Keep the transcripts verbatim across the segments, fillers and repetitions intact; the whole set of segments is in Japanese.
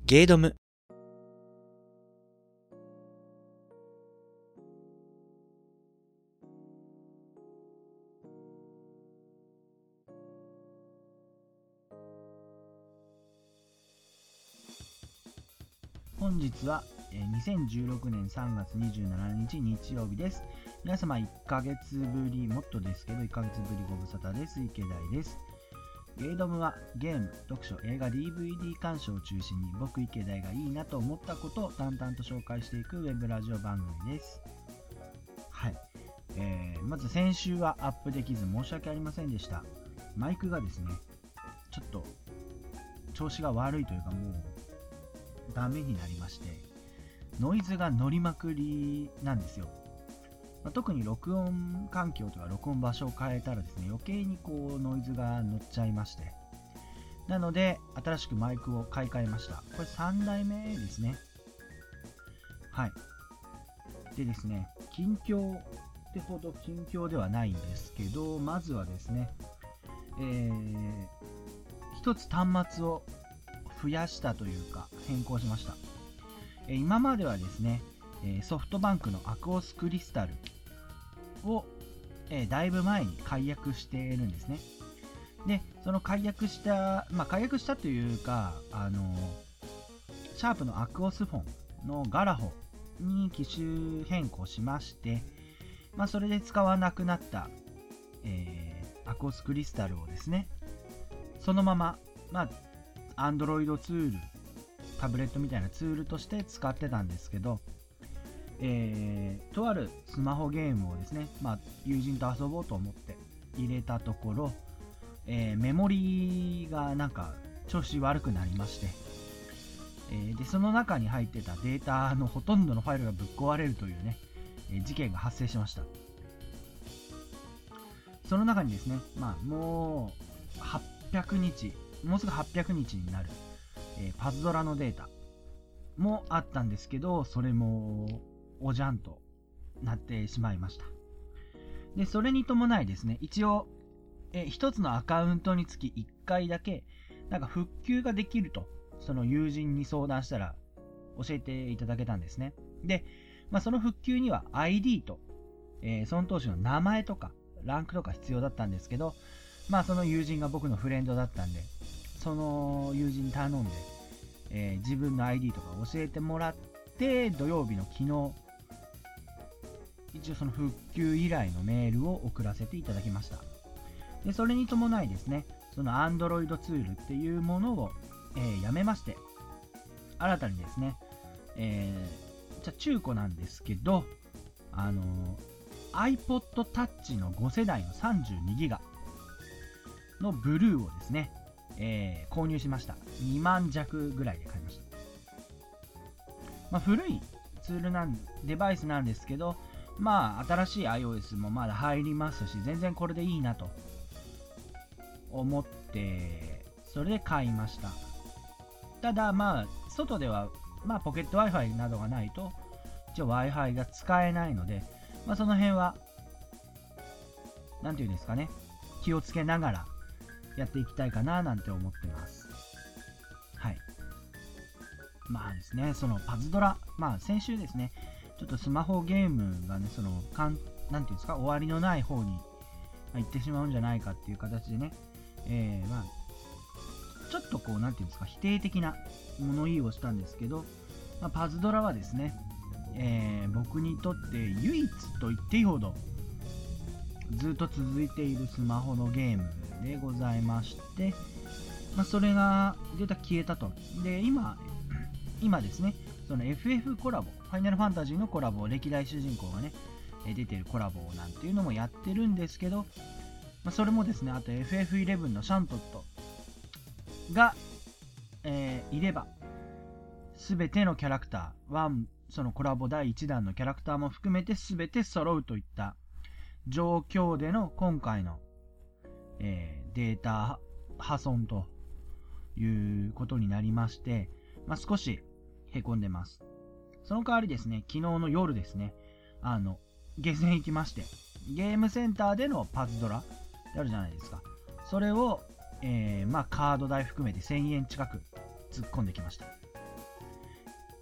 ゲードム。 本日はにせんじゅうろくねんさんがつにじゅうしちにち日曜日です。皆様いっかげつぶり、もっとですけどいっかげつぶりご無沙汰です。池田です。ゲードムはゲーム、読書、映画、ディーブイディー 鑑賞を中心に僕池田がいいなと思ったことを淡々と紹介していくウェブラジオ番組です。はい、えー、まず先週はアップできず申し訳ありませんでした。マイクがですね、ちょっと調子が悪いというかもうダメになりまして、ノイズが乗りまくりなんですよ。まあ、特に録音環境とか録音場所を変えたらですね、余計にこうノイズが乗っちゃいまして、なので新しくマイクを買い替えました。これさんだいめですね。はい。でですね、近況ってほど近況ではないんですけど、まずはですね、えー、一つ端末を増やしたというか変更しました。えー、今まではですね、えー、ソフトバンクのアクオスクリスタルを、えー、だいぶ前に解約しているんですね。で、その解約した、まあ解約したというか、あのー、シャープのアクオスフォンのガラホに機種変更しまして、まあそれで使わなくなった、えー、アクオスクリスタルをですね、そのまま、まあ、Android ツール、タブレットみたいなツールとして使ってたんですけど、えー、とあるスマホゲームをですね、まあ、友人と遊ぼうと思って入れたところ、えー、メモリがなんか調子悪くなりまして、えー、でその中に入ってたデータのほとんどのファイルがぶっ壊れるというね、えー、事件が発生しました。その中にですね、まあ、もうはっぴゃくにち、もうすぐはっぴゃくにちになる、えー、パズドラのデータもあったんですけど、それもおじゃんとなってしまいました。で、それに伴いですね、一応、え一つのアカウントにつきいっかいだけ、なんか復旧ができると、その友人に相談したら教えていただけたんですね。で、まあ、その復旧には アイディー と、えー、その当時の名前とか、ランクとか必要だったんですけど、まあ、その友人が僕のフレンドだったんで、その友人に頼んで、えー、自分の アイディー とか教えてもらって、土曜日の昨日、一応その復旧依頼のメールを送らせていただきました。で、それに伴いですね、その Android ツールっていうものを、えー、やめまして、新たにですね、えー、じゃ中古なんですけど、あのー、iPod Touch のごせだいの さんじゅうにギガ のブルーをですね、えー、購入しました。にまんじゃくぐらいで買いました。まあ、古いツールなんデバイスなんですけど、まあ新しい iOS もまだ入りますし、全然これでいいなと思ってそれで買いました。ただまあ外ではまあポケット Wi-Fi などがないと一応 Wi-Fi が使えないので、まあその辺はなんていうんですかね、気をつけながらやっていきたいかななんて思ってます。はい。まあですね、そのパズドラ、まあ先週ですね、ちょっとスマホゲームがね、そのかんなんていうんですか、終わりのない方に行ってしまうんじゃないかっていう形でね、えー、まあちょっとこうなんていうんですか、否定的な物言いをしたんですけど、まあ、パズドラはですね、えー、僕にとって唯一と言っていいほどずっと続いているスマホのゲームでございまして、まあ、それが出た消えたと。で、今今ですね、その エフエフ コラボ、ファイナルファンタジーのコラボ、歴代主人公がね、出てるコラボなんていうのもやってるんですけど、まあ、それもですね、あと エフエフイレブン のシャントットが、えー、いれば、すべてのキャラクターは、そのコラボだいいちだんのキャラクターも含めてすべて揃うといった状況での今回の、えー、データ破損ということになりまして、まあ、少しへこんでます。その代わりですね、昨日の夜ですね、あの、ゲーセン行きまして、ゲームセンターでのパズドラってあるじゃないですか。それを、えー、まあカード代含めてせんえん近く突っ込んできました。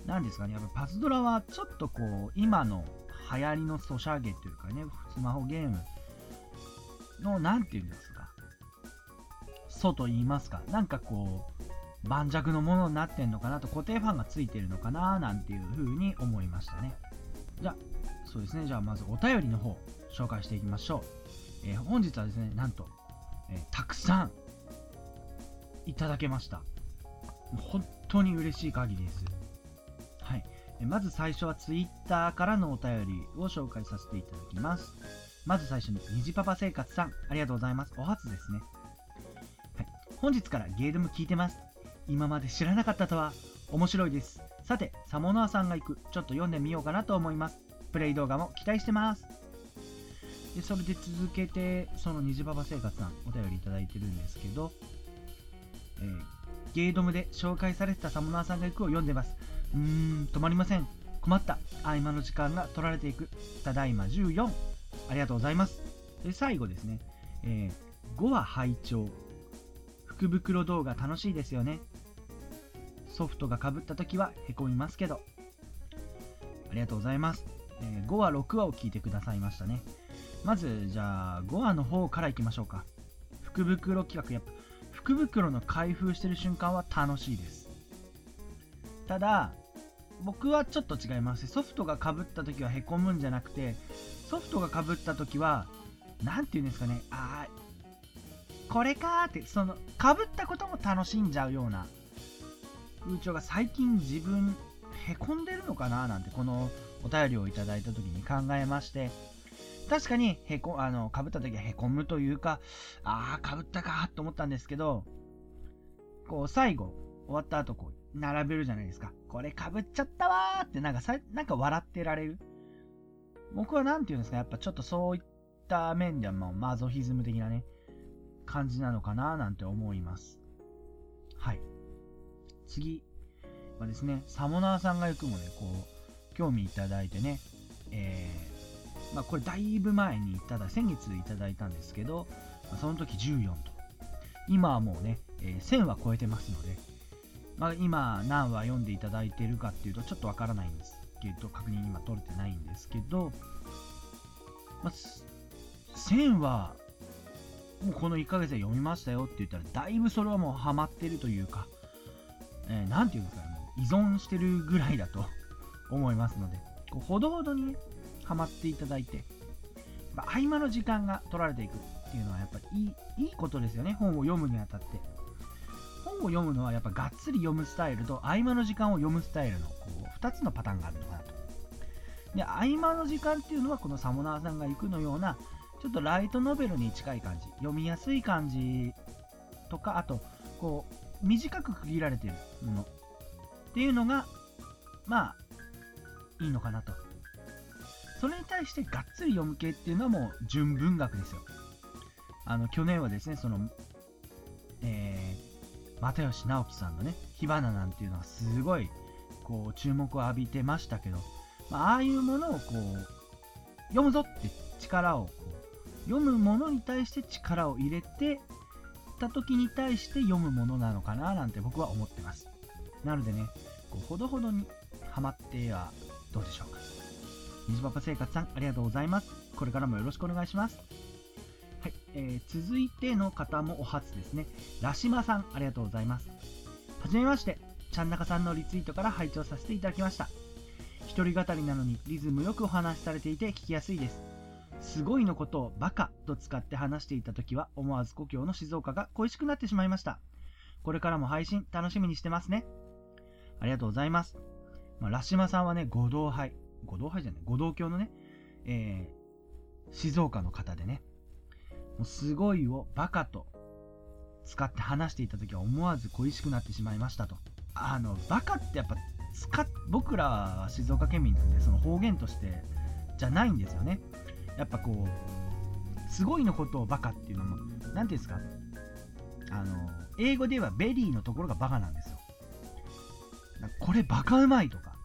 なんですかね、やっぱパズドラはちょっとこう、今の流行りのソシャゲというかね、スマホゲームの、なんていうんですか、素と言いますか、なんかこう、盤石のものになってんのかなと、固定ファンがついてるのかななんていう風に思いましたね。じゃあ、そうですね、じゃあまずお便りの方、紹介していきましょう。えー、本日はですね、なんと、えー、たくさんいただけました。本当に嬉しい限りです。はい。えー、まず最初は Twitter からのお便りを紹介させていただきます。まず最初に、虹パパ生活さん、ありがとうございます。お初ですね。はい。本日からゲーム聞いてます。今まで知らなかったとは、面白いです。さて、サモナーさんが行く、ちょっと読んでみようかなと思います。プレイ動画も期待してます。で、それで続けて、その虹パパ生活さん、お便りいただいてるんですけど、えー、ゲードムで紹介されてたサモナーさんが行くを読んでます。うーん、止まりません。困った。合間の時間が取られていく。ただいまじゅうよん。ありがとうございます。で、最後ですね、えー、ごわ拝聴。福袋動画楽しいですよね。ソフトが被った時はへこみますけど。ありがとうございます。えー、ごわ、ろくわを聞いてくださいましたね。まず、じゃあ、ごわの方からいきましょうか。福袋企画、やっぱ、福袋の開封してる瞬間は楽しいです。ただ、僕はちょっと違います。ソフトが被った時はへこむんじゃなくて、ソフトが被った時は、なんていうんですかね、あー、これかーって、その、被ったことも楽しんじゃうような風潮が最近自分、へこんでるのかななんて、このお便りをいただいた時に考えまして、確かにへこ、あの、被った時はへこむというか、あー、被ったかーと思ったんですけど、こう、最後、終わった後、こう、並べるじゃないですか。これ被っちゃったわーって、なんかさ、なんか笑ってられる。僕はなんていうんですか、やっぱちょっとそういった面ではもうマゾヒズム的なね、感じなのかななんて思います。はい。次はですね、サモナーさんが行くもね、こう、興味いただいてね、えー、まあこれだいぶ前にいただ、先月いただいたんですけど、まあ、その時じゅうよんと。今はもうね、えー、せんは超えてますので、まあ今何話読んでいただいているかっていうとちょっとわからないんですけど、確認今取れてないんですけど、まあ、せんはもうこのいっかげつで読みましたよって言ったら、だいぶそれはもうハマってるというか、えー、なんていうんですかね、もう依存してるぐらいだと思いますので、こうほどほどにね、ハマっていただいて、まあ、合間の時間が取られていくっていうのはやっぱりいい、いいことですよね、本を読むにあたって。本を読むのはやっぱがっつり読むスタイルと合間の時間を読むスタイルのこうふたつのパターンがあるのかなと。で、合間の時間っていうのはこのサモナーさんが行くのようなちょっとライトノベルに近い感じ、読みやすい感じとか、あとこう短く区切られているものっていうのがまあいいのかなと。それに対してがっつり読む系っていうのはもう純文学ですよ。あの去年はですね、そのえー、又吉直樹さんのね、火花なんていうのはすごいこう注目を浴びてましたけど、まあ、ああいうものをこう読むぞって力をこう読むものに対して力を入れてた時に対して読むものなのかななんて僕は思ってます。なのでね、こうほどほどにハマってはどうでしょうか。虹パパ生活さん、ありがとうございます。これからもよろしくお願いします。はい、えー、続いての方もお初ですね。ラシマさん、ありがとうございます。はじめまして、ちゃんなかさんのリツイートから拝聴させていただきました。一人語りなのにリズムよくお話しされていて聞きやすいです。すごいのことをバカと使って話していたときは思わず故郷の静岡が恋しくなってしまいました。これからも配信楽しみにしてますね。ありがとうございます。まあ、ラシマさんはね、五道杯、五道杯じゃない、五道教のね、えー、静岡の方でね、もうすごいをバカと使って話していたときは思わず恋しくなってしまいましたと。あの、バカってやっぱ使っ、僕らは静岡県民なんで、その方言としてじゃないんですよね。やっぱこう、すごいのことをバカっていうのも、なんていうんですか、あの、英語ではベリーのところがバカなんですよ。これバカうまいとか、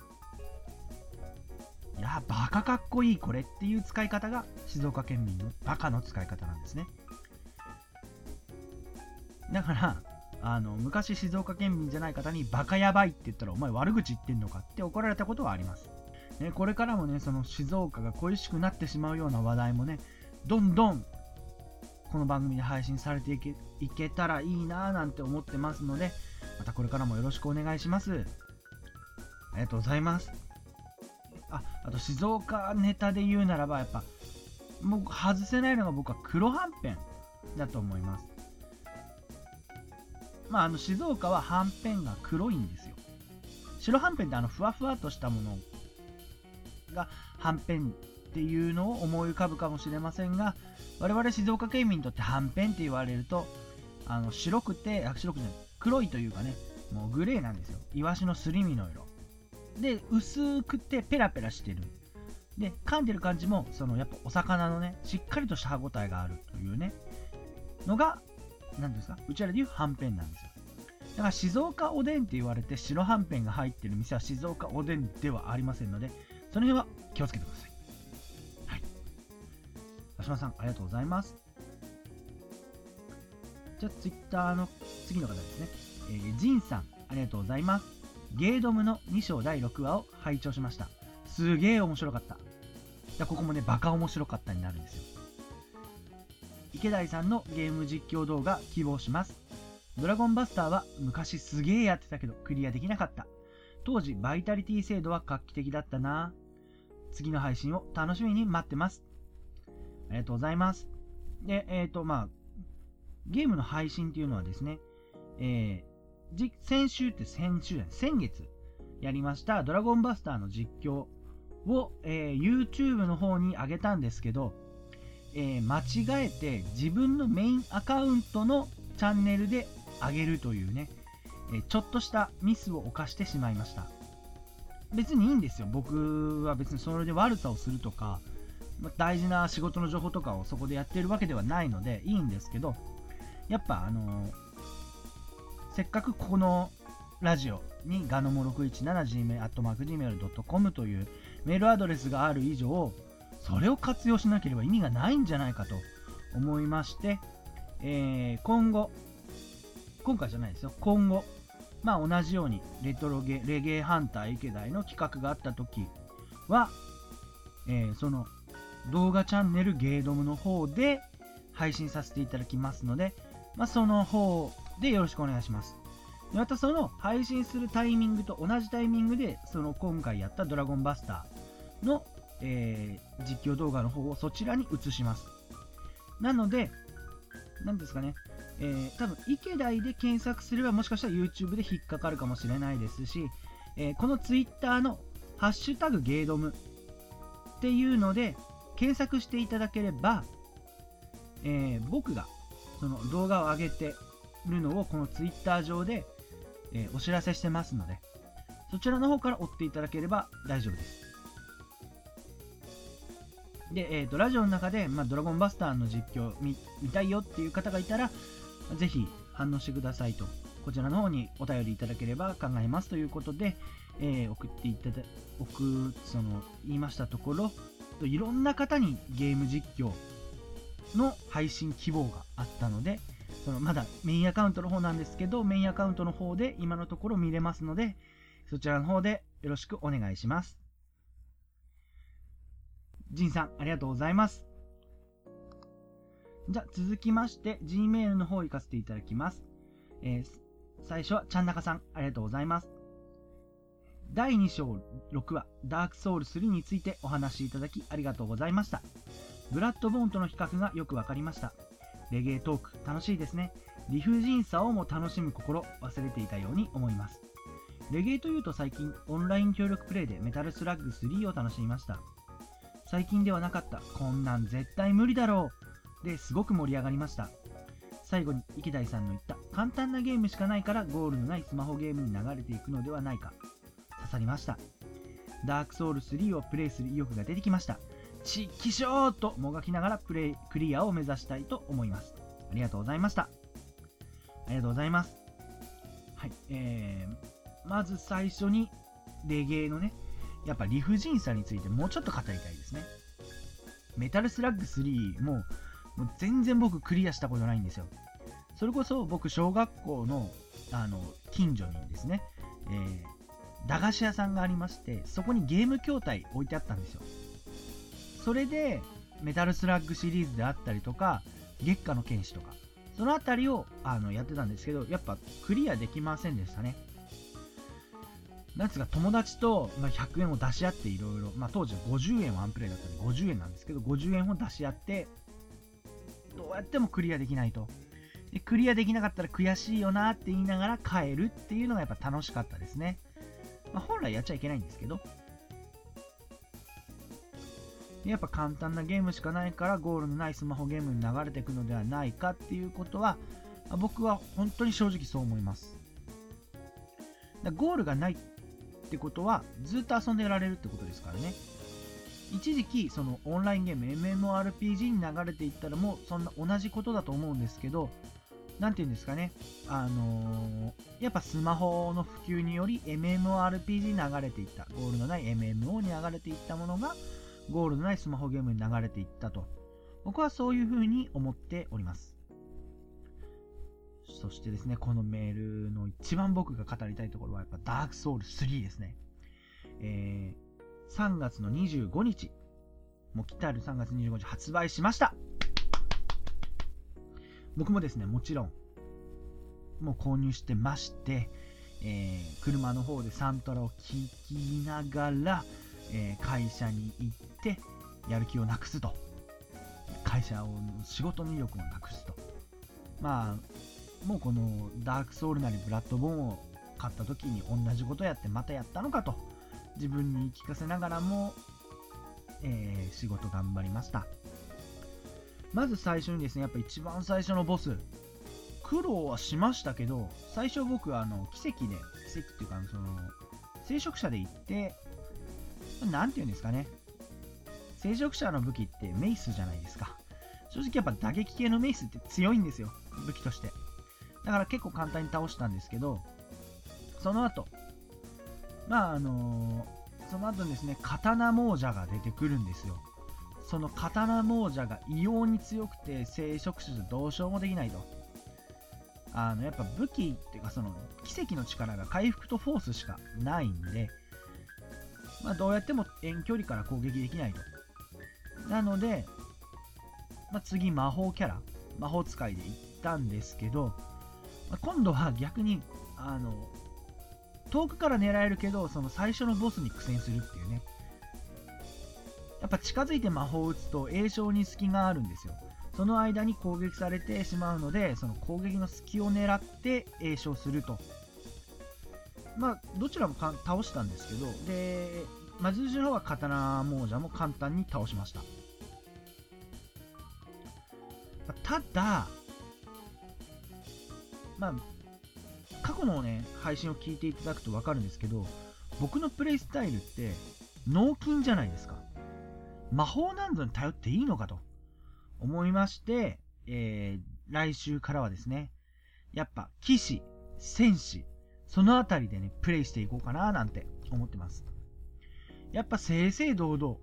いや、バカかっこいいこれっていう使い方が静岡県民のバカの使い方なんですね。だから、 あの昔静岡県民じゃない方にバカやばいって言ったらお前悪口言ってんのかって怒られたことはあります、ね、これからもねその静岡が恋しくなってしまうような話題もねどんどんこの番組で配信されていけ、いけたらいいなぁなんて思ってますので、またこれからもよろしくお願いします。ありがとうございます。あ、あと静岡ネタで言うならばやっぱもう外せないのが僕は黒はんぺんだと思います。まああの静岡ははんぺんが黒いんですよ。白はんぺんってあのふわふわとしたものがはんぺんっていうのを思い浮かぶかもしれませんが、我々静岡県民にとってはんぺんって言われるとあの白くてあ白くて黒いというかね、もうグレーなんですよ。イワシのすり身の色で薄くてペラペラしてる。で噛んでる感じもそのやっぱお魚のねしっかりとした歯ごたえがあるというねのが何ですか、うちらでいうはんぺんなんですよ。だから静岡おでんって言われて白はんぺんが入ってる店は静岡おでんではありませんので、その辺は気をつけてください。はい。鹿島さんありがとうございます。じゃあツイッターの次の方ですね、えー、ジンさんありがとうございます。ゲードムのに章だいろくわを拝聴しました。すげえ面白かった。じゃここもねバカ面白かったになるんですよ。池田さんのゲーム実況動画希望します。ドラゴンバスターは昔すげえやってたけどクリアできなかった。当時バイタリティ制度は画期的だったな。次の配信を楽しみに待ってます。ありがとうございます。で、えっとまあゲームの配信っていうのはですね、えー、じ先週って先週じゃない先月やりましたドラゴンバスターの実況を、えー、YouTube の方に上げたんですけど、えー、間違えて自分のメインアカウントのチャンネルで上げるというね、えー、ちょっとしたミスを犯してしまいました。別にいいんですよ。僕は別にそれで悪さをするとか大事な仕事の情報とかをそこでやってるわけではないのでいいんですけど、やっぱあのー、せっかくこのラジオにガノモろくいちなな ジーメール アットマーク ジーメール ドットコム というメールアドレスがある以上、それを活用しなければ意味がないんじゃないかと思いまして、えー、今後今回じゃないですよ今後まあ同じようにレトロゲレゲエハンター池田の企画があった時は、えー、その動画チャンネルゲードムの方で配信させていただきますので、まあ、その方でよろしくお願いします。またその配信するタイミングと同じタイミングでその今回やったドラゴンバスターの、えー、実況動画の方をそちらに移します。なので何ですかね、えー、多分池田で検索すればもしかしたら YouTube で引っかかるかもしれないですし、えー、この Twitter のハッシュタグゲードムっていうので検索していただければ、えー、僕がその動画を上げてるのをこの Twitter 上で、えー、お知らせしてますので、そちらの方から追っていただければ大丈夫です。で、えーと、ラジオの中で、まあ、ドラゴンバスターの実況 見, 見たいよっていう方がいたら、ぜひ反応してくださいと、こちらの方にお便りいただければ考えますということで、えー、送っていただ、送、その、言いましたところ、いろんな方にゲーム実況の配信希望があったので、そのまだメインアカウントの方なんですけど、メインアカウントの方で今のところ見れますので、そちらの方でよろしくお願いします。ジンさん、ありがとうございます。じゃあ、続きまして、Gmail の方行かせていただきます。えー、最初は、ちゃんなかさん、ありがとうございます。だいに章ろくわ、ダークソウルスリーについてお話しいただきありがとうございました。ブラッドボーンとの比較がよくわかりました。レゲエトーク、楽しいですね。理不尽さをも楽しむ心、忘れていたように思います。レゲエというと最近、オンライン協力プレイでメタルスラッグスリーを楽しみました。最近ではなかった、こんなん絶対無理だろうですごく盛り上がりました。最後に池田さんの言った簡単なゲームしかないからゴールのないスマホゲームに流れていくのではないか、刺さりました。ダークソウルスリーをプレイする意欲が出てきました。ちっきしょーともがきながらプレイクリアを目指したいと思います。ありがとうございました。ありがとうございます。はい、えー、まず最初にレゲエのね、やっぱ理不尽さについてもうちょっと語りたいですね。メタルスラッグスリーももう全然僕クリアしたことないんですよ。 それこそ僕小学校のあの近所にですね、えー、駄菓子屋さんがありまして、そこにゲーム筐体置いてあったんですよ。それでメタルスラッグシリーズであったりとか、月下の剣士とか、そのあたりをあのやってたんですけど、やっぱクリアできませんでしたね。なんつうか、友達と、まあ、ひゃくえんを出し合っていろいろ、まあ、当時ごじゅうえんワンプレイだったんでごじゅうえんなんですけど、ごじゅうえんを出し合って、どうやってもクリアできないと。でクリアできなかったら悔しいよなって言いながら帰るっていうのがやっぱ楽しかったですね。まあ、本来やっちゃいけないんですけど。でやっぱ簡単なゲームしかないからゴールのないスマホゲームに流れていくのではないかっていうことは、僕は本当に正直そう思います。だゴールがないってことはずっと遊んでられるってことですからね。一時期そのオンラインゲーム エムエムオーアールピージー に流れていったらもうそんな同じことだと思うんですけど、なんて言うんですかね、あのー、やっぱスマホの普及により エムエムオーアールピージー に流れていった、ゴールのない エムエムオー に流れていったものがゴールのないスマホゲームに流れていったと、僕はそういう風に思っております。そしてですね、このメールの一番僕が語りたいところはやっぱダークソウルスリーですね。えー、さんがつのにじゅうごにち、もう来たるさんがつにじゅうごにち発売しました。僕もですね、もちろんもう購入してまして、えー、車の方でサントラを聴きながら、えー、会社に行ってやる気をなくすと、会社を仕事の意欲をなくすと、まあもうこのダークソウルなりブラッドボーンを買った時に同じことやってまたやったのかと自分に言い聞かせながらも、えー、仕事頑張りました。まず最初にですね、やっぱ一番最初のボス、苦労はしましたけど、最初僕はあの奇跡で、奇跡っていうかその聖職者で行って、なんていうんですかね、聖職者の武器ってメイスじゃないですか。正直やっぱ打撃系のメイスって強いんですよ、武器として。だから結構簡単に倒したんですけど、その後、まああのー、その後ですね、刀亡者が出てくるんですよ。その刀亡者が異様に強くて聖職者じゃどうしようもできないと。あのやっぱ武器っていうかその奇跡の力が回復とフォースしかないんで、まあ、どうやっても遠距離から攻撃できないと。なので、まあ、次魔法キャラ、魔法使いで行ったんですけど、まあ、今度は逆にあの遠くから狙えるけどその最初のボスに苦戦するっていうね。やっぱ近づいて魔法を打つと栄翔に隙があるんですよ。その間に攻撃されてしまうので、その攻撃の隙を狙って栄翔すると。まあどちらもか倒したんですけど、で魔術師の方は刀亡者も簡単に倒しました。ただまあ過去のね配信を聞いていただくと分かるんですけど、僕のプレイスタイルって脳筋じゃないですか。魔法なんぞに頼っていいのかと思いまして、えー、来週からはですね、やっぱ騎士、戦士、そのあたりでねプレイしていこうかななんて思ってます。やっぱ正々堂々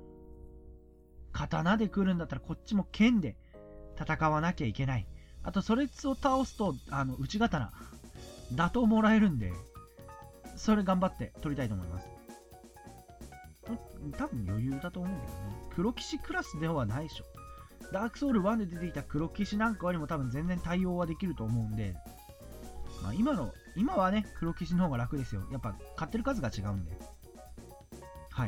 刀で来るんだったらこっちも剣で戦わなきゃいけない。あとそれを倒すとあの内刀打倒もらえるんで、それ頑張って取りたいと思います。多分余裕だと思うけどね。黒騎士クラスではないでしょ。ダークソウルワンで出てきた黒騎士なんかよりも多分全然対応はできると思うんで、まあ、今の今はね黒騎士の方が楽ですよ。やっぱ買ってる数が違うんで。はい。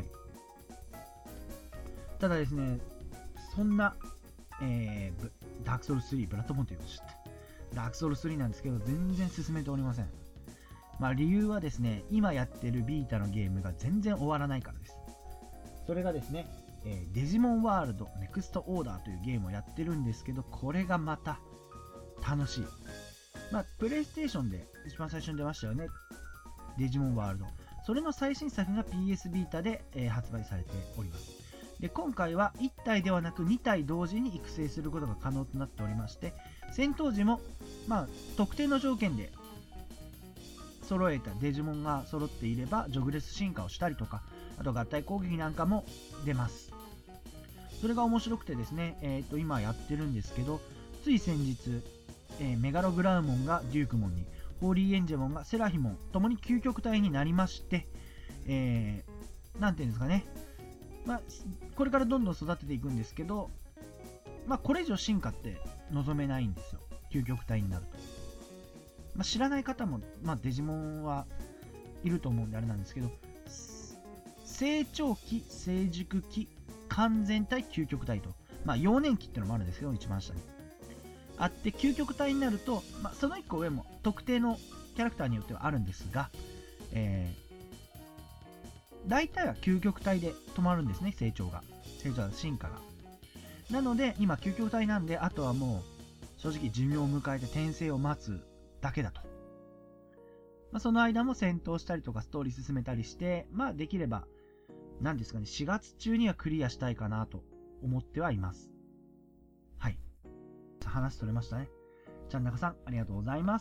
ただですね、そんな、えー、ダークソウルスリー、ブラッドボーンということでした。ダークソウルスリーなんですけど、全然進めておりません。まあ理由はですね、今やってるビータのゲームが全然終わらないからです。それがですね、えー、デジモンワールドネクストオーダーというゲームをやってるんですけど、これがまた楽しい。まあプレイステーションで一番最初に出ましたよね、デジモンワールド。それの最新作が ピーエス ビータで、えー、発売されております。で今回はいち体ではなくに体同時に育成することが可能となっておりまして、戦闘時も、まあ、特定の条件で揃えたデジモンが揃っていればジョグレス進化をしたりとか、あと合体攻撃なんかも出ます。それが面白くてですね、えー、と今やってるんですけど、つい先日、 えー、メガログラウモンがデュークモンに、ホーリーエンジェモンがセラヒモン、ともに究極体になりまして、えー、なんていうんですかね、まあ、これからどんどん育てていくんですけど、まあ、これ以上進化って望めないんですよ、究極体になると。まあ、知らない方も、まあ、デジモンはいると思うんであれなんですけど、成長期、成熟期、完全体、究極体と、まあ、幼年期っていうのもあるんですけど、一番下にあって、究極体になると、まあ、そのいっこ上も特定のキャラクターによってはあるんですが、えー、大体は究極体で止まるんですね、成長が。成長が、進化が。なので、今、究極体なんで、あとはもう、正直寿命を迎えて転生を待つだけだと。まあ、その間も戦闘したりとかストーリー進めたりして、まあできれば、何ですかね、しがつ中にはクリアしたいかなと思ってはいます。はい。話取れましたね。ちゃんなかさん、ありがとうございます。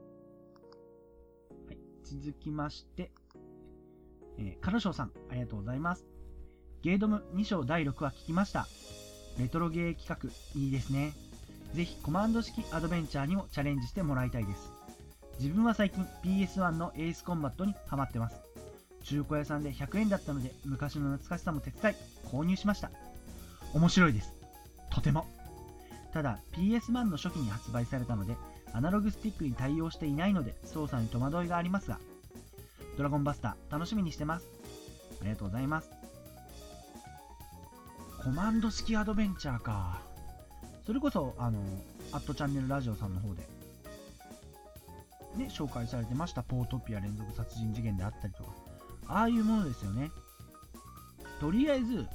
はい。続きまして、えー、カルショウさん、ありがとうございます。ゲードムに章だいろくわ聞きました。レトロゲー企画、いいですね。ぜひコマンド式アドベンチャーにもチャレンジしてもらいたいです。自分は最近 ピーエスワン のエースコンバットにハマってます。中古屋さんでひゃくえんだったので昔の懐かしさも手伝い購入しました。面白いです。とても。ただ ピーエスワン の初期に発売されたのでアナログスティックに対応していないので操作に戸惑いがありますが、ドラゴンバスター楽しみにしてます。ありがとうございます。コマンド式アドベンチャーか。それこそあのアットチャンネルラジオさんの方でね、紹介されてましたポートピア連続殺人事件であったりとか、ああいうものですよね。とりあえず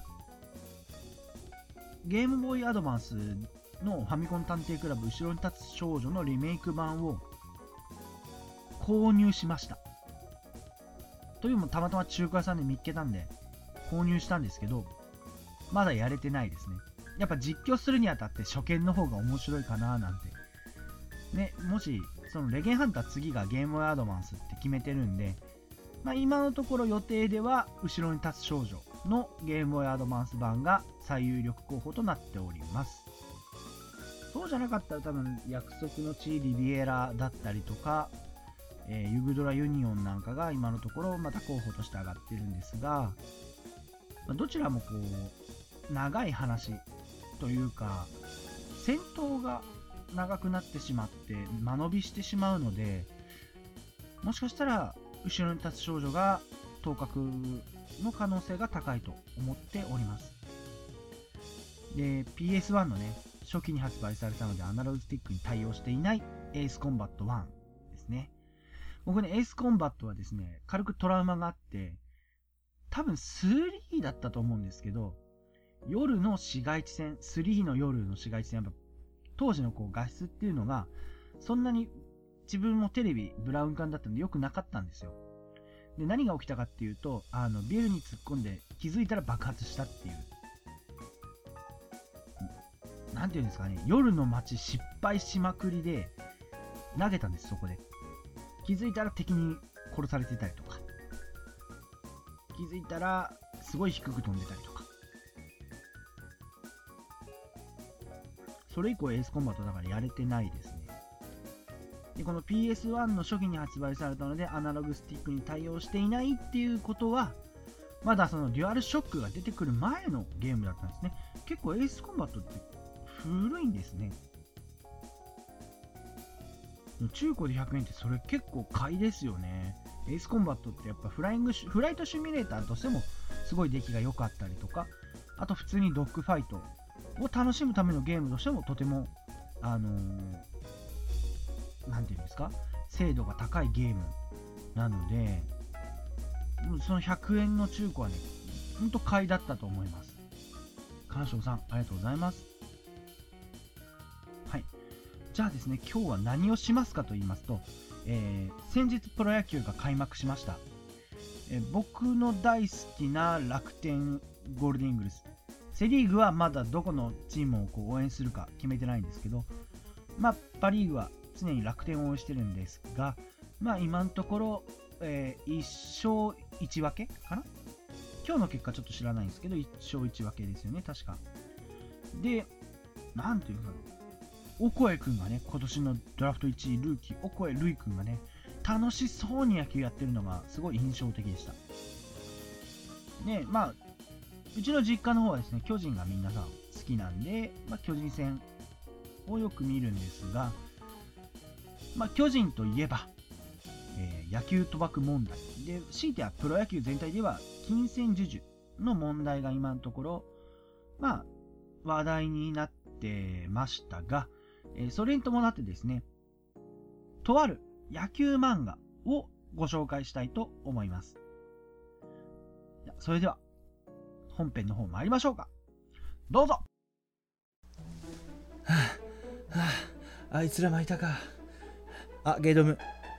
ゲームボーイアドバンスのファミコン探偵クラブ後ろに立つ少女のリメイク版を購入しました。というのもたまたま中華屋さんで見っけたんで購入したんですけど、まだやれてないですね。やっぱ実況するにあたって初見の方が面白いかななんてね。もしそのレゲンハンター次がゲームボーイアドバンスって決めてるんで、まあ、今のところ予定では後ろに立つ少女のゲームボーイアドバンス版が最有力候補となっております。そうじゃなかったら多分約束の地リビエラだったりとか、えー、ユグドラユニオンなんかが今のところまた候補として上がってるんですが、まあ、どちらもこう長い話というか戦闘が長くなってしまって間延びしてしまうので、もしかしたら後ろに立つ少女が頭角の可能性が高いと思っております。で ピーエスワン のね初期に発売されたのでアナログスティックに対応していないエースコンバットワンですね。僕ねエースコンバットはですね軽くトラウマがあって、多分スリーだったと思うんですけど、夜の市街地戦、スリーの夜の市街地戦、やっぱ当時のこう画質っていうのがそんなに自分もテレビブラウン管だったんでよくなかったんですよ。で何が起きたかっていうと、あのビルに突っ込んで気づいたら爆発したっていう、なんていうんですかね、夜の街失敗しまくりで投げたんです。そこで気づいたら敵に殺されてたりとか、気づいたらすごい低く飛んでたりとか、それ以降エースコンバットだからやれてないですね。でこの ピーエスワン の初期に発売されたのでアナログスティックに対応していないっていうことは、まだそのデュアルショックが出てくる前のゲームだったんですね。結構エースコンバットって古いんですね。中古でひゃくえんってそれ結構買いですよね。エースコンバットってやっぱフライングフライトシミュレーターとしてもすごい出来が良かったりとか、あと普通にドッグファイトを楽しむためのゲームとしてもとてもあのー、なんていうんですか、精度が高いゲームなので、そのひゃくえんの中古はねほんと買いだったと思います。鑑賞さんありがとうございます。はい、じゃあですね、今日は何をしますかと言いますと、えー、先日プロ野球が開幕しました。えー、僕の大好きな楽天ゴールデンイーグルス、セリーグはまだどこのチームをこう応援するか決めてないんですけど、まあパリーグは常に楽天を応援してるんですが、まあ今のところ、えー、いっ勝いち分けかな。今日の結果ちょっと知らないんですけどいっ勝いち分けですよね確か。で、なんていうかオコエくんがね、今年のドラフトいちいルーキー、オコエルイくんがね、楽しそうに野球やってるのがすごい印象的でした。ね、まあ、うちの実家の方はですね、巨人がみんなさん好きなんで、まあ、巨人戦をよく見るんですが、まあ、巨人といえば、えー、野球賭博問題で、強いてはプロ野球全体では金銭授受の問題が今のところ、まあ、話題になってましたが、えー、それに伴ってですね、とある野球漫画をご紹介したいと思います。それでは、本編の方参りましょうか。どうぞ。 はあ、はあ、あいつら巻いたか。あ、ゲイドム。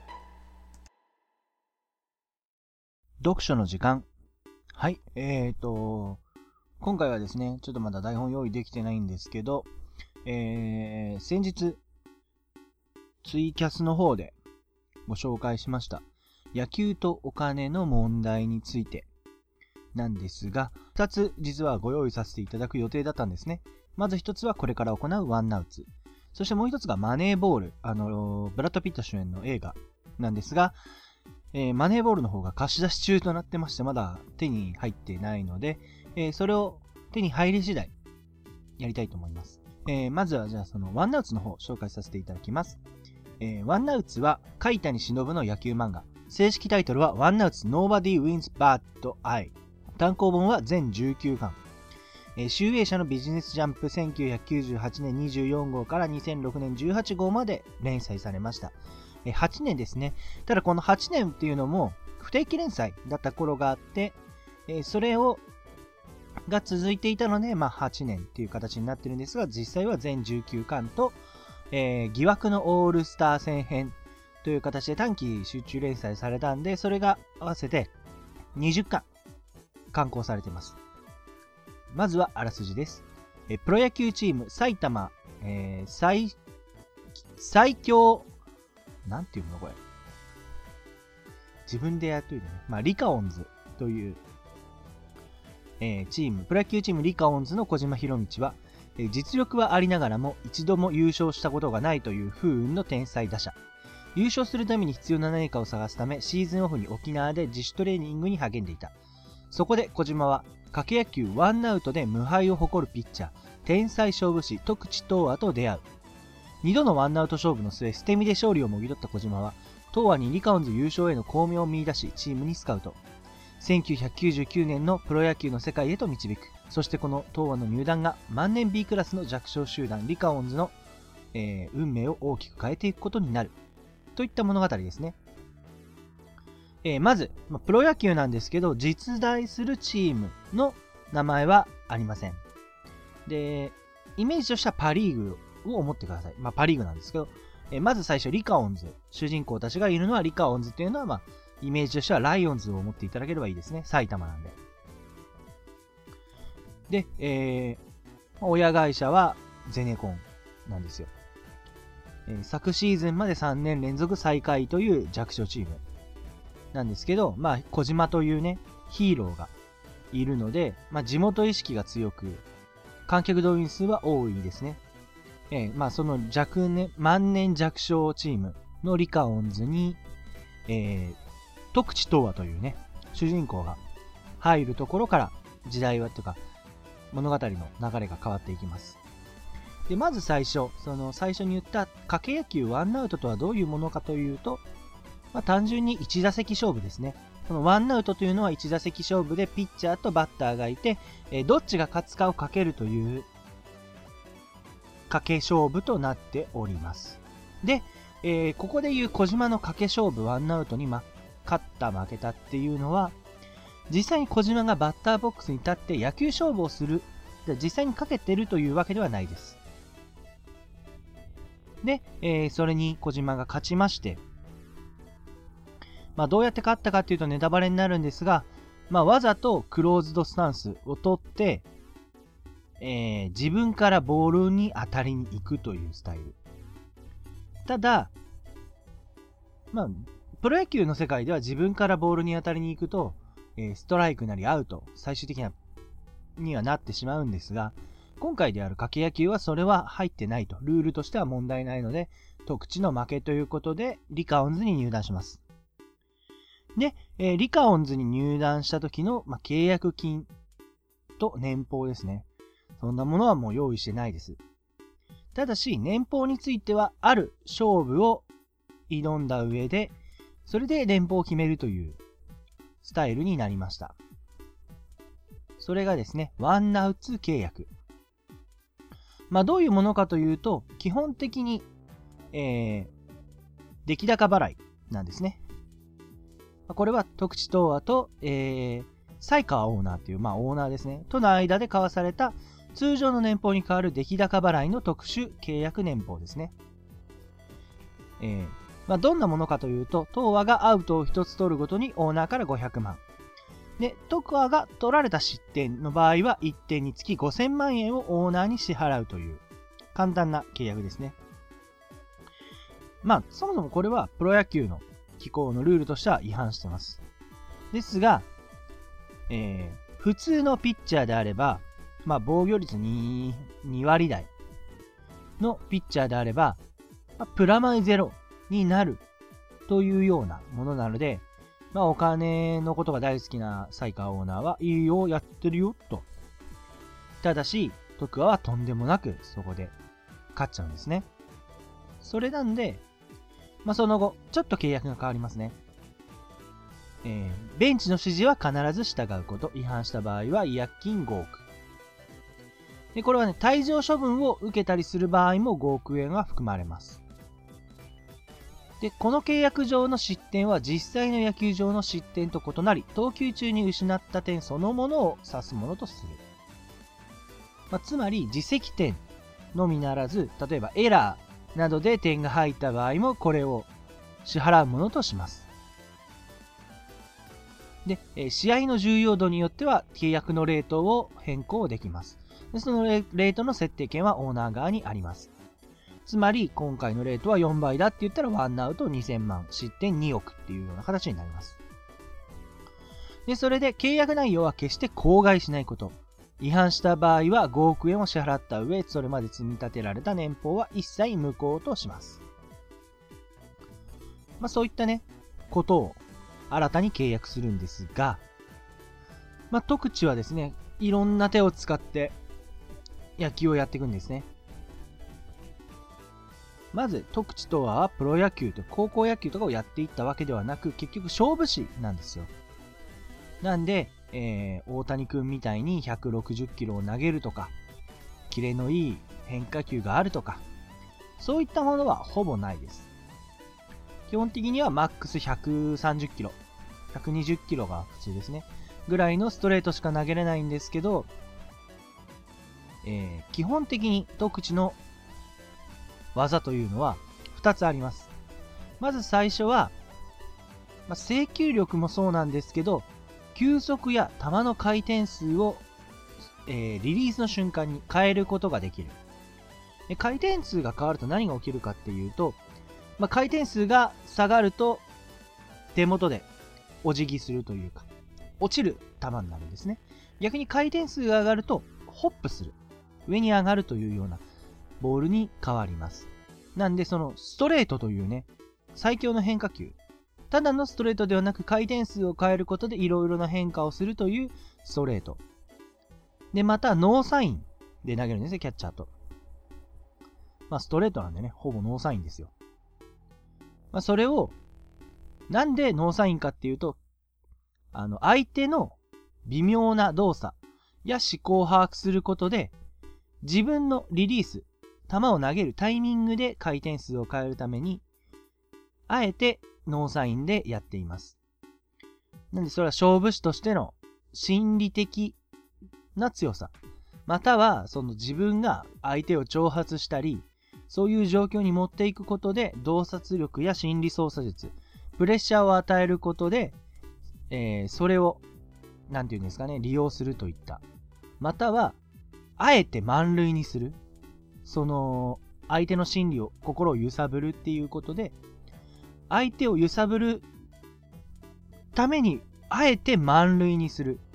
読書の時間。はい、えーと、今回はですね、ちょっとまだ台本用意できてないんですけど、えー、先日、ツイキャスの方でご紹介しました、野球とお金の問題についてなんですが、ふたつ実はご用意させていただく予定だったんですね。まずひとつはこれから行うワンナウツ。そしてもうひとつがマネーボール。あの、ブラッド・ピット主演の映画なんですが、えー、マネーボールの方が貸し出し中となってまして、まだ手に入ってないので、えー、それを手に入り次第やりたいと思います。えー、まずはじゃあそのワンナウツの方を紹介させていただきます。えー、ワンナウツは甲谷忍の野球漫画。正式タイトルはワンナウツ Nobody Wins But I。単行本は全じゅうきゅうかん。えー、集英社のビジネスジャンプせんきゅうひゃくきゅうじゅうはちねんにじゅうよんごうからにせんろくねんじゅうはちごうまで連載されました。えー、はちねんですね。ただこのはちねんっていうのも不定期連載だった頃があって、えー、それをが続いていたので、まあ、はちねんっていう形になってるんですが、実際は全じゅうきゅうかんと、えー、疑惑のオールスター戦編という形で短期集中連載されたんで、それが合わせてにじゅっかん刊行されています。まずはあらすじです。えプロ野球チーム埼玉、えー、最最強なんていうのこれ自分でやっといてね、まあ、リカオンズという、えー、チームプロ野球チームリカオンズの小島博道は、えー、実力はありながらも一度も優勝したことがないという不運の天才打者。優勝するために必要な何かを探すため、シーズンオフに沖縄で自主トレーニングに励んでいた。そこで小島は掛け野球ワンアウトで無敗を誇るピッチャー、天才勝負師徳地東亜と出会う。にどのワンアウト勝負の末、捨て身で勝利をもぎ取った小島は、東亜にリカオンズ優勝への巧妙を見出し、チームにスカウト。せんきゅうひゃくきゅうじゅうきゅうねんのプロ野球の世界へと導く。そしてこの東亜の入団が万年 B クラスの弱小集団リカオンズの、えー、運命を大きく変えていくことになる。といった物語ですね。えー、まず、まあ、プロ野球なんですけど、実在するチームの名前はありません。で、イメージとしてはパリーグを思ってください。まあ、パリーグなんですけど、えー、まず最初、リカオンズ。主人公たちがいるのはリカオンズっていうのは、まあ、イメージとしてはライオンズを思っていただければいいですね。埼玉なんで。で、えー、親会社はゼネコンなんですよ。えー、昨シーズンまでさんねん連続最下位という弱小チームなんですけど、まあ、小島というね、ヒーローがいるので、まあ、地元意識が強く、観客動員数は多いですね。えー、まあ、その弱年、万年弱小チームのリカオンズに、えー、徳地東亜というね、主人公が入るところから時代はとか、物語の流れが変わっていきます。で、まず最初、その最初に言った掛け野球ワンアウトとはどういうものかというと、まあ、単純にいち打席勝負ですね。このワンアウトというのはいち打席勝負でピッチャーとバッターがいて、えー、どっちが勝つかをかけるという掛け勝負となっております。で、えー、ここでいう小島の掛け勝負ワンアウトに、ま、勝った負けたっていうのは、実際に小島がバッターボックスに立って野球勝負をする、実際にかけてるというわけではないです。で、えー、それに小島が勝ちまして、まあ、どうやって勝ったかっていうとネタバレになるんですが、まあ、わざとクローズドスタンスを取って、えー、自分からボールに当たりに行くというスタイル。ただ、まあ、プロ野球の世界では自分からボールに当たりに行くと、えー、ストライクなりアウト、最終的にはにはなってしまうんですが、 今回である掛け野球はそれは入ってないと。ルールとしては問題ないので、徳地の負けということで、リカオンズに入団します。で、えー、リカオンズに入団した時の、まあ、契約金と年俸ですね。そんなものはもう用意してないです。ただし、年俸については、ある勝負を挑んだ上で、それで年俸を決めるというスタイルになりました。それがですね、ワンアウト契約。まあ、どういうものかというと、基本的に、えー、出来高払いなんですね。これは徳地東亜と、えー、才川オーナーという、まあ、オーナーですね、との間で交わされた通常の年俸に代わる出来高払いの特殊契約年俸ですね。えーまあ、どんなものかというと、東亜がアウトをひとつ取るごとにオーナーからごひゃくまん。で、徳亜が取られた失点の場合はいってんにつきごせんまんえんをオーナーに支払うという簡単な契約ですね。まあ、そもそもこれはプロ野球の機構のルールとしては違反してます。ですが、えー、普通のピッチャーであれば、まあ、防御率 2, に割台のピッチャーであれば、まあ、プラマイゼロになるというようなものなので、まあ、お金のことが大好きな才川オーナーはいいよ、やってるよと。ただし、徳川はとんでもなくそこで勝っちゃうんですね。それなんで、まあ、その後、ちょっと契約が変わりますね。えー、ベンチの指示は必ず従うこと。違反した場合は違約金ごおく。で、これはね、退場処分を受けたりする場合もごおくえんは含まれます。で、この契約上の失点は実際の野球上の失点と異なり、投球中に失った点そのものを指すものとする。まあ、つまり、自責点のみならず、例えばエラーなどで点が入った場合もこれを支払うものとします。で、えー、試合の重要度によっては契約のレートを変更できます。でそのレートの設定権はオーナー側にあります。つまり、今回のレートはよんばいだって言ったらワンアウトにせんまん、失点におくっていうような形になります。で、それで契約内容は決して口外しないこと。違反した場合はごおくえんを支払った上、それまで積み立てられた年俸は一切無効とします。まあそういったね、ことを新たに契約するんですが、まあ徳地はですね、いろんな手を使って野球をやっていくんですね。まず、徳地とはプロ野球と高校野球とかをやっていったわけではなく、結局勝負師なんですよ。なんで、えー、大谷君みたいにひゃくろくじゅっキロを投げるとか、キレのいい変化球があるとか、そういったものはほぼないです。基本的にはマックスひゃくさんじゅっキロ、ひゃくにじゅっキロが普通ですね。ぐらいのストレートしか投げれないんですけど、えー、基本的に徳地の技というのはふたつあります。まず最初は、まあ、制球力もそうなんですけど、球速や球の回転数を、えー、リリースの瞬間に変えることができる。で回転数が変わると何が起きるかっていうと、まあ、回転数が下がると手元でお辞儀するというか、落ちる球になるんですね。逆に回転数が上がるとホップする。上に上がるというようなボールに変わります。なんでそのストレートというね、最強の変化球。ただのストレートではなく回転数を変えることでいろいろな変化をするというストレート。で、またノーサインで投げるんですね、キャッチャーと。まあストレートなんでね、ほぼノーサインですよ。まあそれを、なんでノーサインかっていうと、あの、相手の微妙な動作や思考を把握することで、自分のリリース、球を投げるタイミングで回転数を変えるために、あえてノーサインでやっています。なんでそれは勝負師としての心理的な強さ、またはその自分が相手を挑発したり、そういう状況に持っていくことで洞察力や心理操作術、プレッシャーを与えることで、えー、それをなんていうんですかね、利用するといった。またはあえて満塁にする。その相手の心理を、心を揺さぶるっていうことで、相手を揺さぶるためにあえて満塁にする。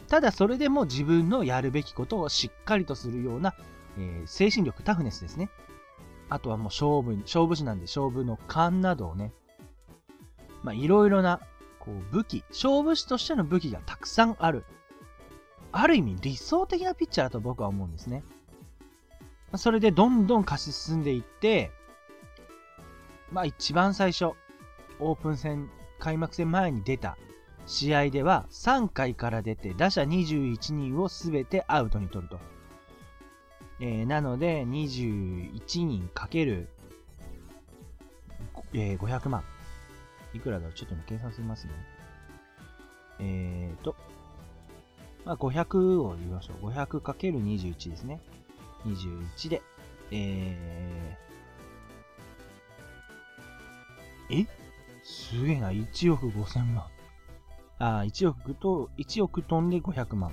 ただそれでも自分のやるべきことをしっかりとするような、えー、精神力、タフネスですね。あとはもう勝負、勝負師なんで勝負の勘などをね、まあいろいろなこう武器、勝負師としての武器がたくさんある。ある意味理想的なピッチャーだと僕は思うんですね。まあ、それでどんどん勝ち進んでいって、まあ一番最初、オープン戦、開幕戦前に出た試合ではさんかいから出て打者にじゅういちにんをすべてアウトに取ると。えー、なのでにじゅういちにんかける、えー、ごひゃくまん。いくらだろう、ちょっと今計算しますね。えーと、まあ、ごひゃくを言いましょう。ごひゃくかけるにじゅういち ですね。にじゅういちで、えー、えすげえな、いちおくごせんまん。ああ、いちおくと、いちおく飛んでごひゃくまん。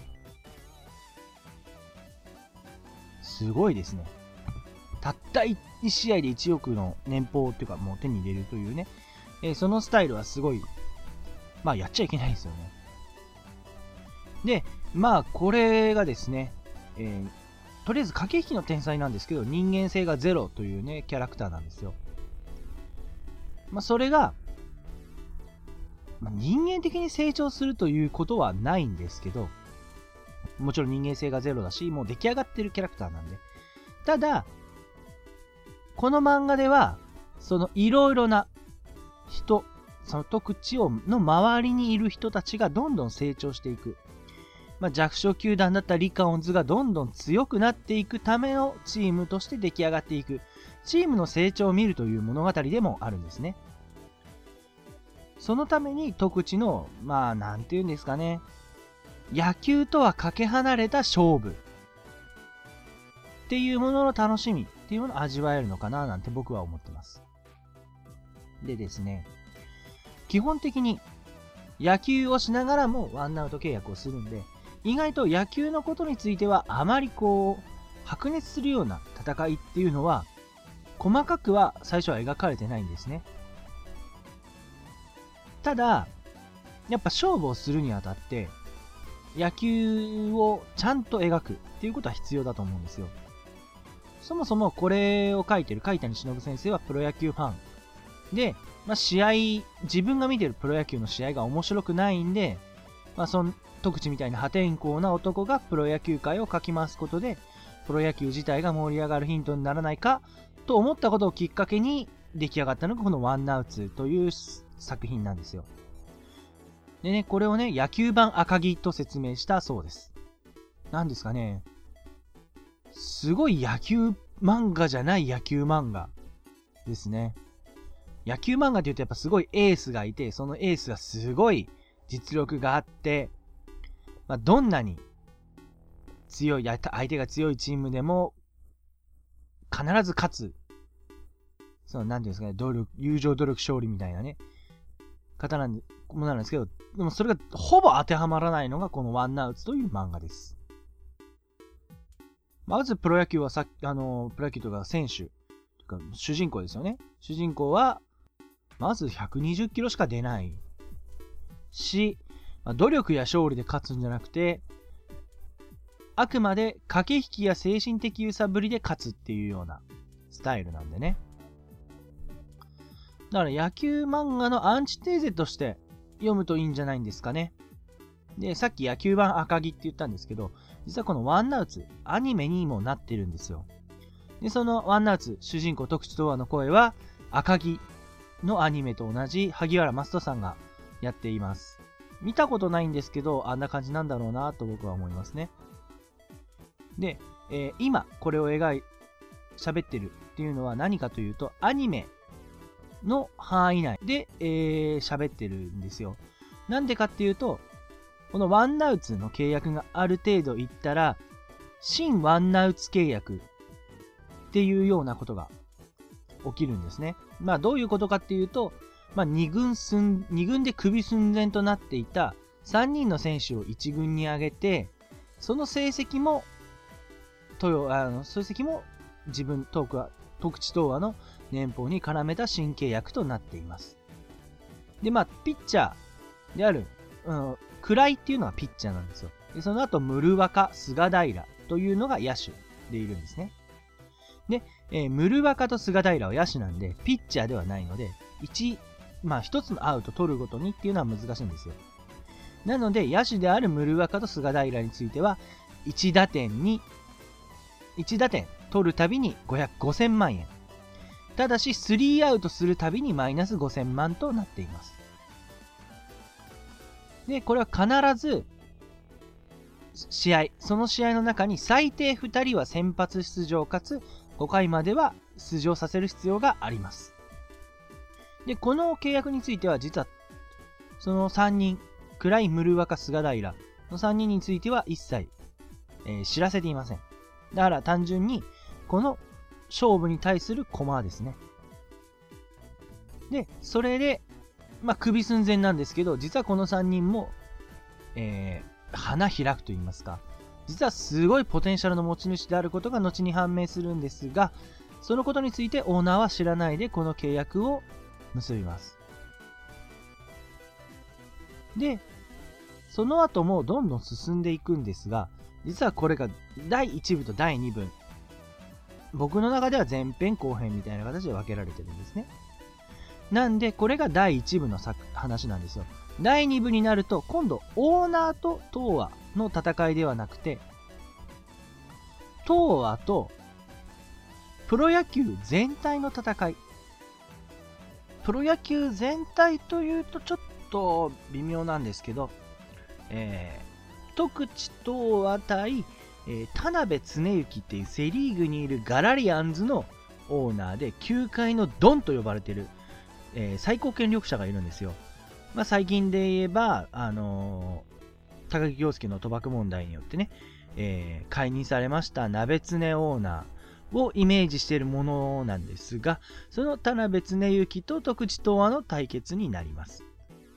すごいですね。たったいち試合でいちおくの年俸っていうか、もう手に入れるというね。えー、そのスタイルはすごい、まあやっちゃいけないですよね。で、まあこれがですね、えー、とりあえず駆け引きの天才なんですけど、人間性がゼロというね、キャラクターなんですよ。まあそれが、まあ、人間的に成長するということはないんですけど、もちろん人間性がゼロだし、もう出来上がってるキャラクターなんで。ただ、この漫画では、そのいろいろな人、その特地をの周りにいる人たちがどんどん成長していく。まあ、弱小球団だったリカオンズがどんどん強くなっていくためのチームとして出来上がっていく。チームの成長を見るという物語でもあるんですね。そのために特地の、まあ、なんていうんですかね。野球とはかけ離れた勝負。っていうものの楽しみっていうものを味わえるのかななんて僕は思ってます。でですね、基本的に野球をしながらもワンアウト契約をするんで、意外と野球のことについてはあまりこう、白熱するような戦いっていうのは、細かくは最初は描かれてないんですね。ただ、やっぱ勝負をするにあたって、野球をちゃんと描くっていうことは必要だと思うんですよ。そもそもこれを書いてる海谷忍先生はプロ野球ファンで、まあ、試合、自分が見てるプロ野球の試合が面白くないんで、まあ、その特地みたいな破天荒な男がプロ野球界をかき回すことで、プロ野球自体が盛り上がるヒントにならないかと思ったことをきっかけに出来上がったのがこのワンナウツという作品なんですよ。でね、これをね、野球版赤木と説明したそうです。なんですかね、すごい野球漫画じゃない野球漫画ですね。野球漫画って言うとやっぱすごいエースがいて、そのエースがすごい実力があって、まあ、どんなに強い、相手が強いチームでも必ず勝つ。その、なんていうんですかね、努力、友情努力勝利みたいなね、方なんで、ものなんですけど、でもそれがほぼ当てはまらないのがこのワンナウツという漫画です。まずプロ野球はさっき、あの、プロ野球とか選手、とか主人公ですよね。主人公は、まずひゃくにじゅっキロしか出ないし、まあ、努力や勝利で勝つんじゃなくて、あくまで駆け引きや精神的揺さぶりで勝つっていうようなスタイルなんでね。だから野球漫画のアンチテーゼとして読むといいんじゃないんですかね。で、さっき野球版赤木って言ったんですけど、実はこのワンナウツ、アニメにもなってるんですよ。で、そのワンナウツ、主人公徳地東亜の声は、赤木のアニメと同じ萩原正人さんがやっています。見たことないんですけど、あんな感じなんだろうなと僕は思いますね。で、えー、今これを描い、喋ってるっていうのは何かというと、アニメの範囲内で、えー、喋ってるんですよ。なんでかっていうと、このワンナウツの契約がある程度いったら、新ワンナウツ契約っていうようなことが起きるんですね。まあどういうことかっていうと、まあに軍寸、に軍で首寸前となっていたさんにんの選手をいち軍に上げて、その成績も、豊あの成績も自分、徳地東亜の年俸に絡めた新契約となっています。で、まあピッチャーである、うん、位っていうのはピッチャーなんですよ。 でその後、ムルワカ、菅平というのが野手でいるんですね。で、えー、ムルワカと菅平は野手なんで、ピッチャーではないので、いち、まあ一つのアウト取るごとにっていうのは難しいんですよ。なので、野手であるムルワカと菅平については、いち打点に、いち打点取るたびにごひゃく、ごせんまんえん。ただし、スリーアウトするたびにマイナスごせんまんとなっています。で、これは必ず、試合、その試合の中に最低ふたりは先発出場かつごかいまでは出場させる必要があります。で、この契約については実はそのさんにん、クライ、ムルワカ、菅平のさんにんについては一切、えー、知らせていません。だから単純にこの勝負に対する駒ですね。で、それで、まあ、首寸前なんですけど、実はこのさんにんも、えー、花開くと言いますか、実はすごいポテンシャルの持ち主であることが後に判明するんですが、そのことについてオーナーは知らないでこの契約を結びます。で、その後もどんどん進んでいくんですが、実はこれがだいいち部とだいに部、僕の中では前編後編みたいな形で分けられてるんですね。なんでこれがだいいち部の話なんですよ。だいに部になると今度オーナーと東亜の戦いではなくて、東亜とプロ野球全体の戦い。プロ野球全体というとちょっと微妙なんですけど、えー、徳地東亜対、えー、田辺恒之っていうセリーグにいるガラリアンズのオーナーで球界のドンと呼ばれている、えー、最高権力者がいるんですよ。まあ、最近で言えば、あのー、高木陽介の賭博問題によってね、えー、解任されました鍋常オーナーをイメージしているものなんですが、その田辺恒之と徳地東亜の対決になります。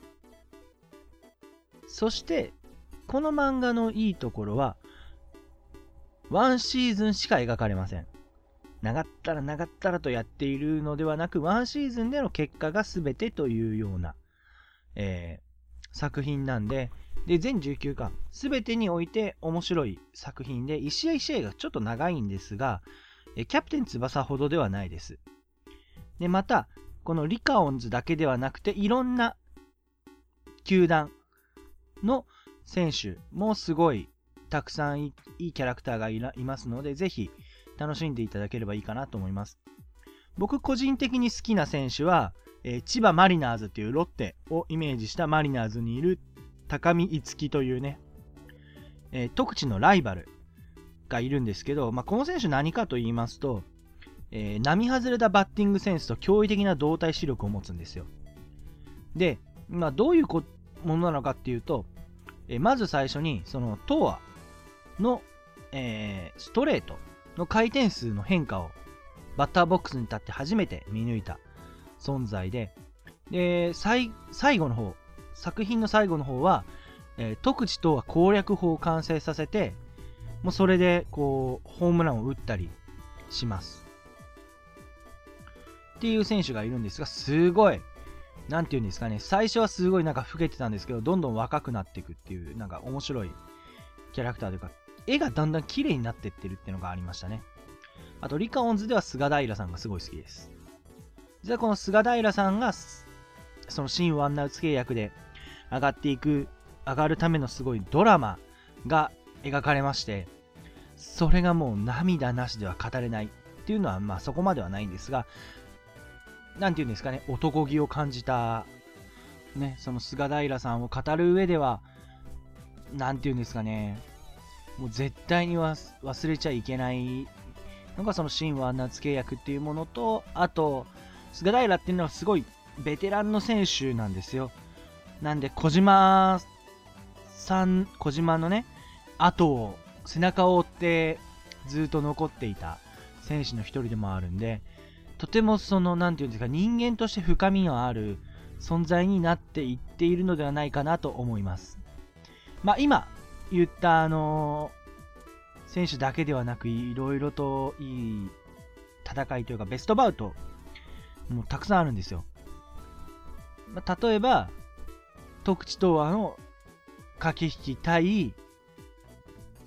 そしてこの漫画のいいところは、ワンシーズンしか描かれません。長ったら長ったらとやっているのではなく、ワンシーズンでの結果が全てというような、えー、作品なんで、で全じゅうきゅうかん全てにおいて面白い作品で、一試合一試合がちょっと長いんですが、えキャプテン翼ほどではないです。でまたこのリカオンズだけではなくて、いろんな球団の選手もすごいたくさんいいキャラクターが い, いますので、ぜひ楽しんでいただければいいかなと思います。僕個人的に好きな選手は、えー、千葉マリナーズっていうロッテをイメージしたマリナーズにいる高見樹というね、えー、徳地のライバルがいるんですけど、まあ、この選手何かと言いますと、えー、並外れたバッティングセンスと驚異的な動体視力を持つんですよ。で、まあ、どういうものなのかっていうと、えー、まず最初にその東亜の、えー、ストレートの回転数の変化をバッターボックスに立って初めて見抜いた存在で、で最最後の方、作品の最後の方は、えー、徳地東亜攻略法を完成させて、もうそれでこうホームランを打ったりしますっていう選手がいるんですが、すごいなんていうんですかね、最初はすごいなんか老けてたんですけど、どんどん若くなっていくっていう、なんか面白いキャラクターというか、絵がだんだん綺麗になっていってるっていうのがありましたね。あとリカオンズでは菅平さんがすごい好きです。実はこの菅平さんがその新ワンナウツ契約で上がっていく上がるためのすごいドラマが描かれまして、それがもう涙なしでは語れないっていうのはまあそこまではないんですが、なんていうんですかね、男気を感じたね、その菅平さんを語る上では、なんていうんですかね、もう絶対に忘れちゃいけないのがその新ワンナウツ契約っていうものと、あと菅平っていうのはすごいベテランの選手なんですよ。なんで小島さん、小島のね後を背中を追ってずっと残っていた選手の一人でもあるんで、とてもそのなんていうんですか、人間として深みのある存在になっていっているのではないかなと思います。まあ今言ったあのー、選手だけではなく、いろいろといい戦いというかベストバウトもうたくさんあるんですよ。まあ、例えば徳地東亜の駆け引き対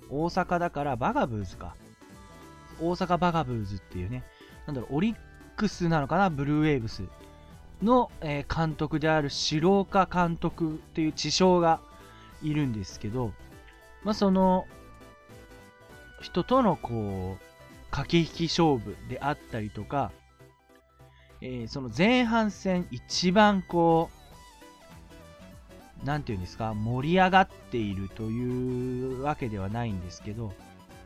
大阪だからバガブーズか。大阪バガブーズっていうね、なんだろう、オリックスなのかな、ブルーウェーブスの、えー監督である城岡監督っていう知将がいるんですけど、まあ、その人とのこう駆け引き勝負であったりとか、えーその前半戦一番こうなんていうんですか、盛り上がっているというわけではないんですけど、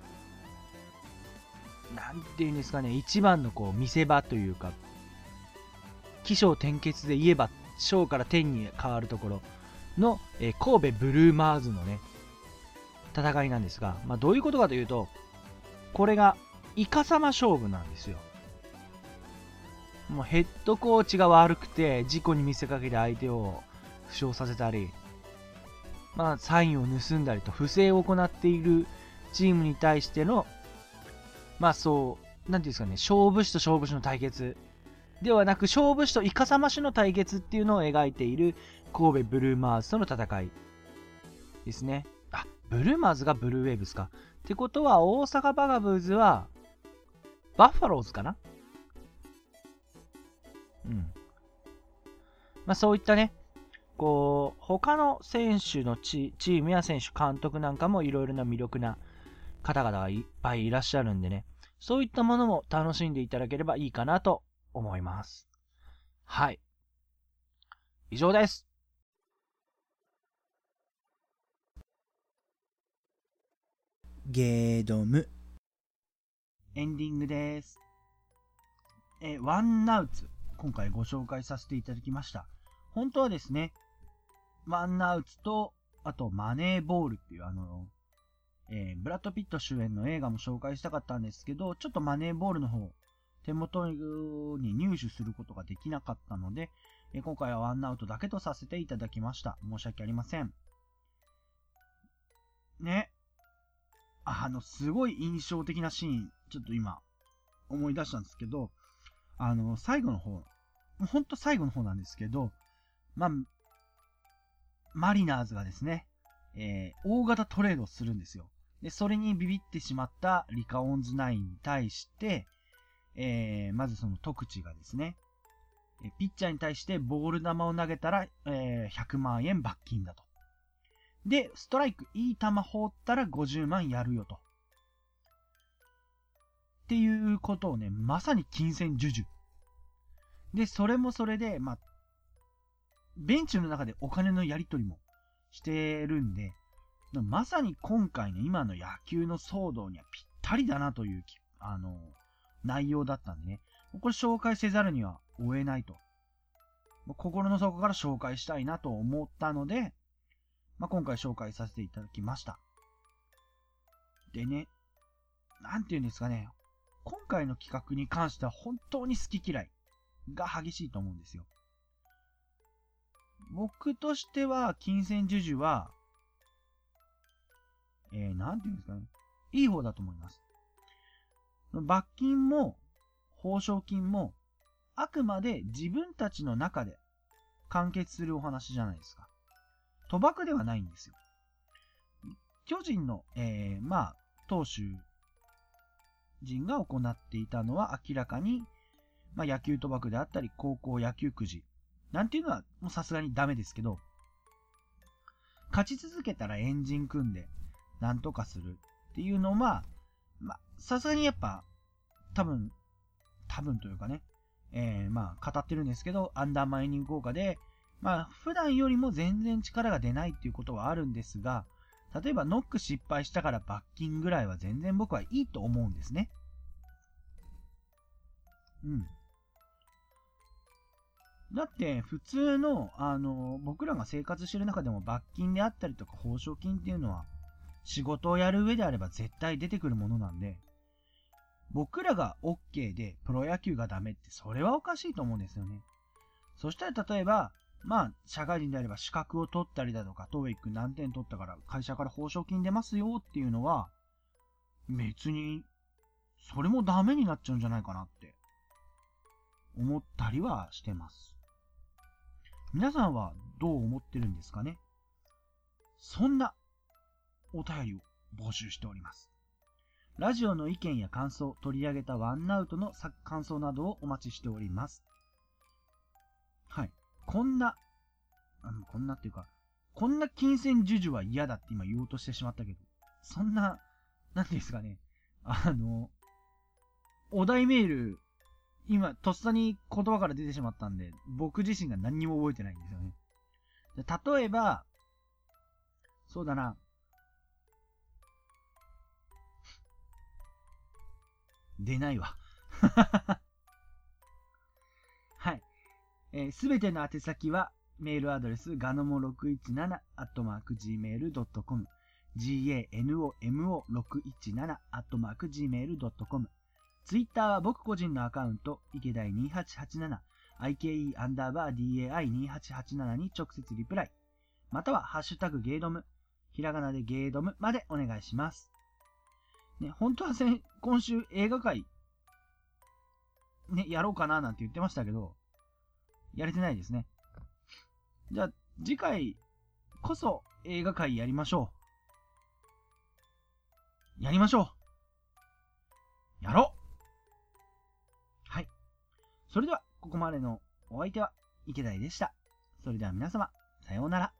なんていうんですかね、一番のこう見せ場というか、起承転結で言えば小から天に変わるところの、えー神戸ブルーマーズのね戦いなんですが、まあ、どういうことかというと、これがイカサマ勝負なんですよ。もうヘッドコーチが悪くて事故に見せかけて相手を負傷させたり、まあ、サインを盗んだりと不正を行っているチームに対しての、まあそう、なんていうんですかね、勝負師と勝負師の対決ではなく、勝負師とイカサマ師の対決っていうのを描いている神戸ブルーマーズとの戦いですね。あ、ブルーマーズがブルーウェーブスか。ってことは、大阪バガブーズは、バッファローズかな。うん。まあそういったね、こう、他の選手のチ、チームや選手、監督なんかもいろいろな魅力な方々がいっぱいいらっしゃるんでね、そういったものも楽しんでいただければいいかなと思います。はい。以上です。 ゲードム。 エンディングです。え、ワンナウツ、今回ご紹介させていただきました。本当はですね、ワンナウツと、あとマネーボールっていうあの、えーブラッド・ピット主演の映画も紹介したかったんですけど、ちょっとマネーボールの方、手元に入手することができなかったので、えー今回はワンアウトだけとさせていただきました。申し訳ありません。ね。あの、すごい印象的なシーン、ちょっと今、思い出したんですけど、あの、最後の方、ほんと最後の方なんですけど、まあ、マリナーズがですね、えー大型トレードをするんですよ。で、それにビビってしまったリカオンズナインに対して、えーまずその特地がですね、ピッチャーに対してボール球を投げたら、えーひゃくまんえん罰金だと。で、ストライク、いい球放ったらごじゅうまんやるよと。っていうことをね、まさに金銭授受。で、それもそれで、まあ、ベンチの中でお金のやり取りもしてるんで、まさに今回の今の野球の騒動にはぴったりだなという、あの、内容だったんでね、これ紹介せざるには追えないと。心の底から紹介したいなと思ったので、まあ、今回紹介させていただきました。でね、なんていうんですかね、今回の企画に関しては本当に好き嫌いが激しいと思うんですよ。僕としては、金銭授受は、えー、なんていうんですかね、いい方だと思います。罰金も、報奨金も、あくまで自分たちの中で完結するお話じゃないですか。賭博ではないんですよ。巨人の、えー、まあ、投手陣が行っていたのは明らかに、まあ、野球賭博であったり、高校野球くじなんていうのはもうさすがにダメですけど、勝ち続けたらエンジン組んでなんとかするっていうのは、まあ、さすがにやっぱ、多分、多分というかね、えー、まあ、語ってるんですけど、アンダーマイニング効果で、まあ、普段よりも全然力が出ないっていうことはあるんですが、例えばノック失敗したから罰金ぐらいは全然僕はいいと思うんですね。うん。だって普通の、あの、僕らが生活してる中でも罰金であったりとか報奨金っていうのは仕事をやる上であれば絶対出てくるものなんで、僕らが OK でプロ野球がダメってそれはおかしいと思うんですよね。そしたら例えば、まあ、社会人であれば資格を取ったりだとか、トーイック何点取ったから会社から報奨金出ますよっていうのは、別に、それもダメになっちゃうんじゃないかなって思ったりはしてます。皆さんはどう思ってるんですかね。そんなお便りを募集しております。ラジオの意見や感想、取り上げたワンナウトの感想などをお待ちしております。はい。こんな、あのこんなっていうか、こんな金銭授受は嫌だって今言おうとしてしまったけど、そんな、なんですかね、あの、お題メール、今、とっさに言葉から出てしまったんで、僕自身が何にも覚えてないんですよね。例えば、そうだな、出ないわ。はい。す、え、べ、ての宛先は、メールアドレス、ガノモろくいちなな、アットマーク、ジーメールドットコム、ジーエーエヌオーエムオーろくいちなな、アットマーク、ジーメールドットコム。ツイッターは僕個人のアカウント、池田にはちはちなな、アイケーイー アンダーバー ディーエーアイにはちはちなな に直接リプライ。または、ハッシュタグゲードム、ひらがなでゲードムまでお願いします。ね、本当は先、今週映画会、ね、やろうかななんて言ってましたけど、やれてないですね。じゃあ、次回こそ映画会やりましょう。やりましょう。やろう。はい。それでは、ここまでのお相手は池田でした。それでは皆様、さようなら。